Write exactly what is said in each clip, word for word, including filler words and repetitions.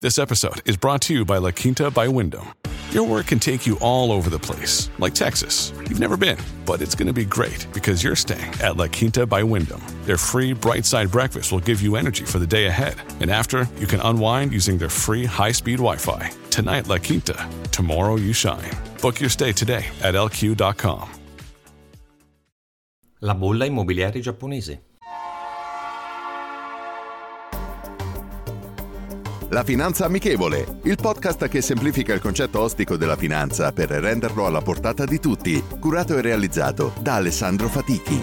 This episode is brought to you by La Quinta by Wyndham. Your work can take you all over the place, like Texas. You've never been, but it's going to be great because you're staying at La Quinta by Wyndham. Their free Bright Side breakfast will give you energy for the day ahead. And after, you can unwind using their free high-speed Wi-Fi. Tonight, La Quinta. Tomorrow, you shine. Book your stay today at L Q dot com. La bolla immobiliare giapponese. La Finanza Amichevole, il podcast che semplifica il concetto ostico della finanza per renderlo alla portata di tutti, curato e realizzato da Alessandro Fatichi.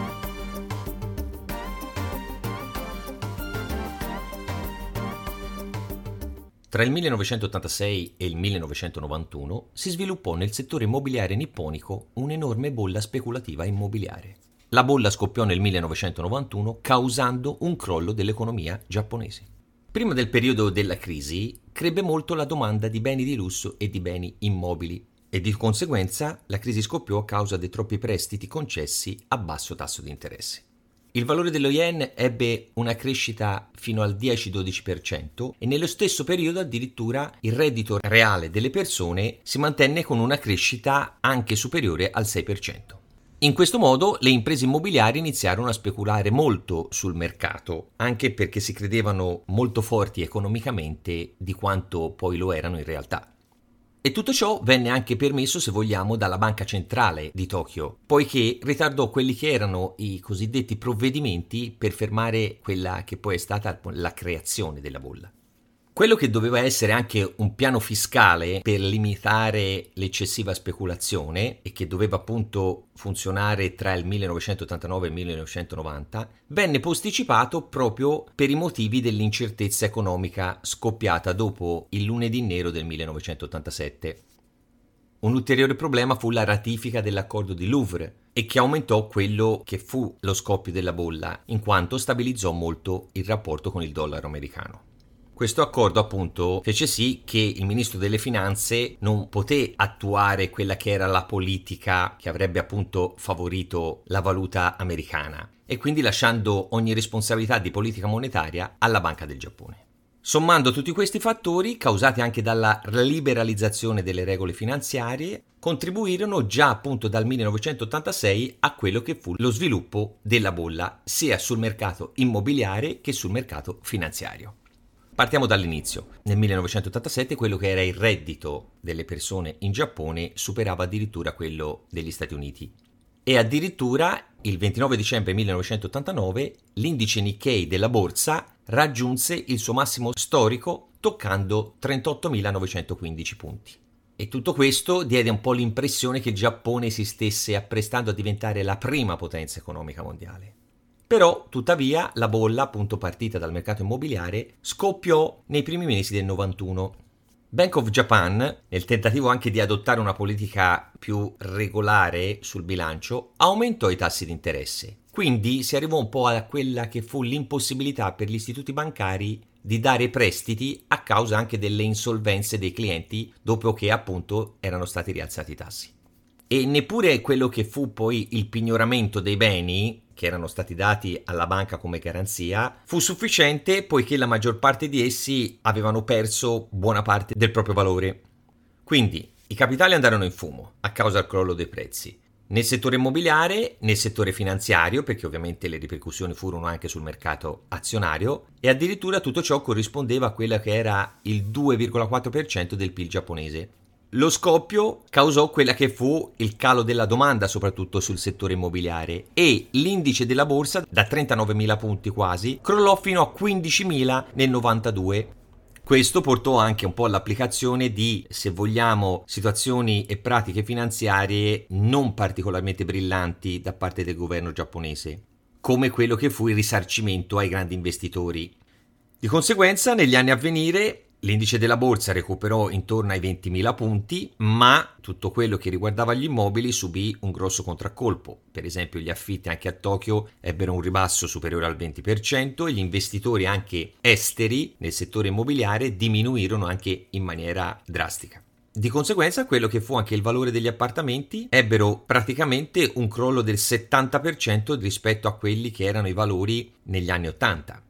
Tra il millenovecentottantasei e il millenovecentonovantuno si sviluppò nel settore immobiliare nipponico un'enorme bolla speculativa immobiliare. La bolla scoppiò nel millenovecentonovantuno causando un crollo dell'economia giapponese. Prima del periodo della crisi crebbe molto la domanda di beni di lusso e di beni immobili e di conseguenza la crisi scoppiò a causa dei troppi prestiti concessi a basso tasso di interesse. Il valore dello yen ebbe una crescita fino al dieci-dodici per cento e nello stesso periodo addirittura il reddito reale delle persone si mantenne con una crescita anche superiore al sei per cento. In questo modo le imprese immobiliari iniziarono a speculare molto sul mercato, anche perché si credevano molto forti economicamente di quanto poi lo erano in realtà. E tutto ciò venne anche permesso, se vogliamo, dalla Banca Centrale di Tokyo, poiché ritardò quelli che erano i cosiddetti provvedimenti per fermare quella che poi è stata la creazione della bolla. Quello che doveva essere anche un piano fiscale per limitare l'eccessiva speculazione e che doveva appunto funzionare tra il millenovecentottantanove e il millenovecentonovanta venne posticipato proprio per i motivi dell'incertezza economica scoppiata dopo il lunedì nero del millenovecentottantasette. Un ulteriore problema fu la ratifica dell'accordo di Louvre e che aumentò quello che fu lo scoppio della bolla, in quanto stabilizzò molto il rapporto con il dollaro americano. Questo accordo appunto fece sì che il ministro delle finanze non poté attuare quella che era la politica che avrebbe appunto favorito la valuta americana e quindi lasciando ogni responsabilità di politica monetaria alla Banca del Giappone. Sommando tutti questi fattori, causati anche dalla liberalizzazione delle regole finanziarie, contribuirono già appunto dal millenovecentottantasei a quello che fu lo sviluppo della bolla sia sul mercato immobiliare che sul mercato finanziario. Partiamo dall'inizio. Nel millenovecentottantasette quello che era il reddito delle persone in Giappone superava addirittura quello degli Stati Uniti. E addirittura il ventinove dicembre millenovecentottantanove l'indice Nikkei della borsa raggiunse il suo massimo storico toccando trentottomilanovecentoquindici punti. E tutto questo diede un po' l'impressione che il Giappone si stesse apprestando a diventare la prima potenza economica mondiale. Però, tuttavia, la bolla, appunto partita dal mercato immobiliare, scoppiò nei primi mesi del novantuno. Bank of Japan, nel tentativo anche di adottare una politica più regolare sul bilancio, aumentò i tassi di interesse. Quindi si arrivò un po' a quella che fu l'impossibilità per gli istituti bancari di dare prestiti a causa anche delle insolvenze dei clienti dopo che appunto erano stati rialzati i tassi. E neppure quello che fu poi il pignoramento dei beni che erano stati dati alla banca come garanzia, fu sufficiente poiché la maggior parte di essi avevano perso buona parte del proprio valore. Quindi i capitali andarono in fumo a causa del crollo dei prezzi, nel settore immobiliare, nel settore finanziario, perché ovviamente le ripercussioni furono anche sul mercato azionario, e addirittura tutto ciò corrispondeva a quello che era il due virgola quattro per cento del P I L giapponese. Lo scoppio causò quella che fu il calo della domanda, soprattutto sul settore immobiliare, e l'indice della borsa, da trentanovemila punti quasi, crollò fino a quindicimila nel novantadue. Questo portò anche un po' all'applicazione di, se vogliamo, situazioni e pratiche finanziarie non particolarmente brillanti da parte del governo giapponese, come quello che fu il risarcimento ai grandi investitori. Di conseguenza, negli anni a venire, l'indice della borsa recuperò intorno ai ventimila punti, ma tutto quello che riguardava gli immobili subì un grosso contraccolpo. Per esempio gli affitti anche a Tokyo ebbero un ribasso superiore al venti per cento e gli investitori anche esteri nel settore immobiliare diminuirono anche in maniera drastica. Di conseguenza quello che fu anche il valore degli appartamenti ebbero praticamente un crollo del settanta per cento rispetto a quelli che erano i valori negli anni ottanta.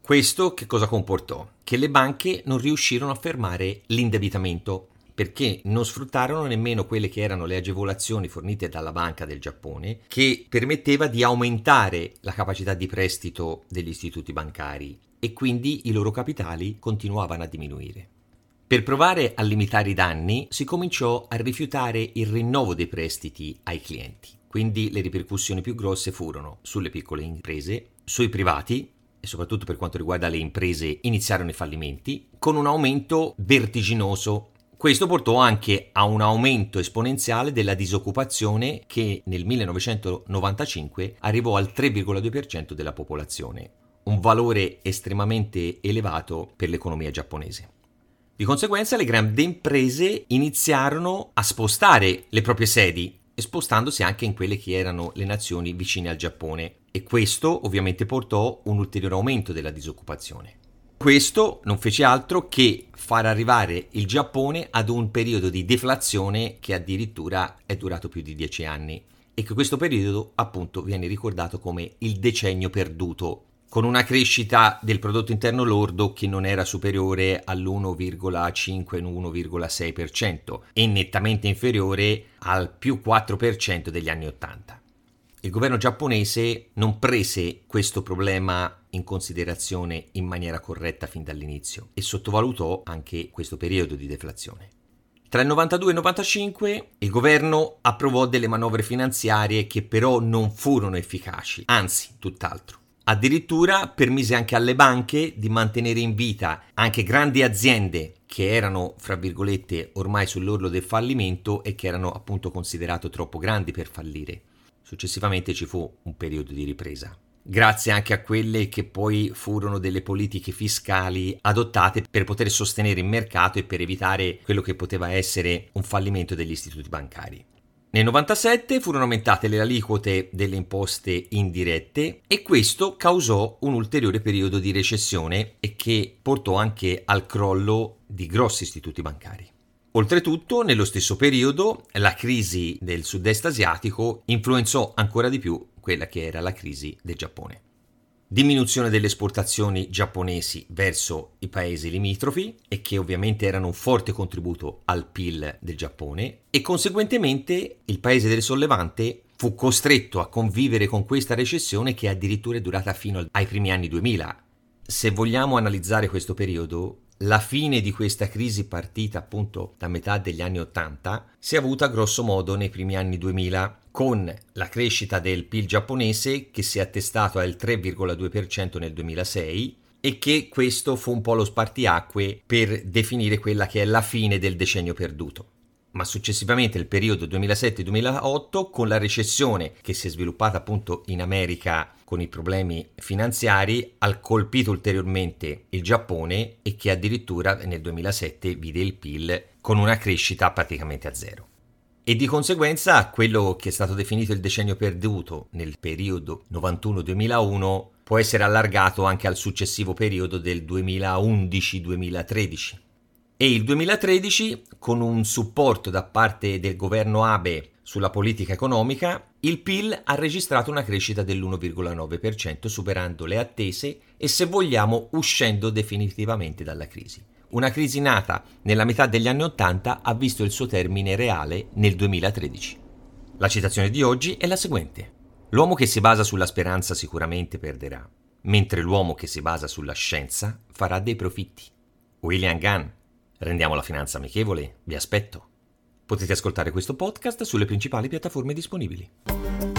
Questo che cosa comportò? Che le banche non riuscirono a fermare l'indebitamento, perché non sfruttarono nemmeno quelle che erano le agevolazioni fornite dalla Banca del Giappone, che permetteva di aumentare la capacità di prestito degli istituti bancari, e quindi i loro capitali continuavano a diminuire. Per provare a limitare i danni si cominciò a rifiutare il rinnovo dei prestiti ai clienti, quindi le ripercussioni più grosse furono sulle piccole imprese, sui privati, e soprattutto per quanto riguarda le imprese iniziarono i fallimenti, con un aumento vertiginoso. Questo portò anche a un aumento esponenziale della disoccupazione che nel millenovecentonovantacinque arrivò al tre virgola due per cento della popolazione, un valore estremamente elevato per l'economia giapponese. Di conseguenza le grandi imprese iniziarono a spostare le proprie sedi, e spostandosi anche in quelle che erano le nazioni vicine al Giappone, e questo ovviamente portò un ulteriore aumento della disoccupazione. Questo non fece altro che far arrivare il Giappone ad un periodo di deflazione che addirittura è durato più di dieci anni, e che questo periodo appunto viene ricordato come il decennio perduto, con una crescita del prodotto interno lordo che non era superiore all'uno virgola cinque uno virgola sei per cento e nettamente inferiore al più quattro per cento degli anni ottanta. Il governo giapponese non prese questo problema in considerazione in maniera corretta fin dall'inizio e sottovalutò anche questo periodo di deflazione. Tra il novantadue e il novantacinque il governo approvò delle manovre finanziarie che però non furono efficaci, anzi tutt'altro. Addirittura permise anche alle banche di mantenere in vita anche grandi aziende che erano, fra virgolette, ormai sull'orlo del fallimento e che erano appunto considerate troppo grandi per fallire. Successivamente ci fu un periodo di ripresa, grazie anche a quelle che poi furono delle politiche fiscali adottate per poter sostenere il mercato e per evitare quello che poteva essere un fallimento degli istituti bancari. Nel novantasette furono aumentate le aliquote delle imposte indirette e questo causò un ulteriore periodo di recessione e che portò anche al crollo di grossi istituti bancari. Oltretutto, nello stesso periodo, la crisi del sud-est asiatico influenzò ancora di più quella che era la crisi del Giappone. Diminuzione delle esportazioni giapponesi verso i paesi limitrofi e che ovviamente erano un forte contributo al P I L del Giappone e conseguentemente il paese del sollevante fu costretto a convivere con questa recessione che addirittura è durata fino ai primi anni duemila. Se vogliamo analizzare questo periodo, la fine di questa crisi partita appunto da metà degli anni ottanta si è avuta grosso modo nei primi anni duemila, con la crescita del P I L giapponese che si è attestato al tre virgola due per cento nel duemilasei e che questo fu un po' lo spartiacque per definire quella che è la fine del decennio perduto. Ma successivamente il periodo duemilasette duemilaotto, con la recessione che si è sviluppata appunto in America con i problemi finanziari, ha colpito ulteriormente il Giappone e che addirittura nel duemilasette vide il P I L con una crescita praticamente a zero. E di conseguenza quello che è stato definito il decennio perduto nel periodo novantuno duemilauno può essere allargato anche al successivo periodo del duemilaundici duemilatredici. E il duemilatredici, con un supporto da parte del governo Abe sulla politica economica, il P I L ha registrato una crescita dell'uno virgola nove per cento, superando le attese e, se vogliamo, uscendo definitivamente dalla crisi. Una crisi nata nella metà degli anni ottanta ha visto il suo termine reale nel duemilatredici. La citazione di oggi è la seguente: l'uomo che si basa sulla speranza sicuramente perderà, mentre l'uomo che si basa sulla scienza farà dei profitti. William Gann. Rendiamo la finanza amichevole, vi aspetto. Potete ascoltare questo podcast sulle principali piattaforme disponibili.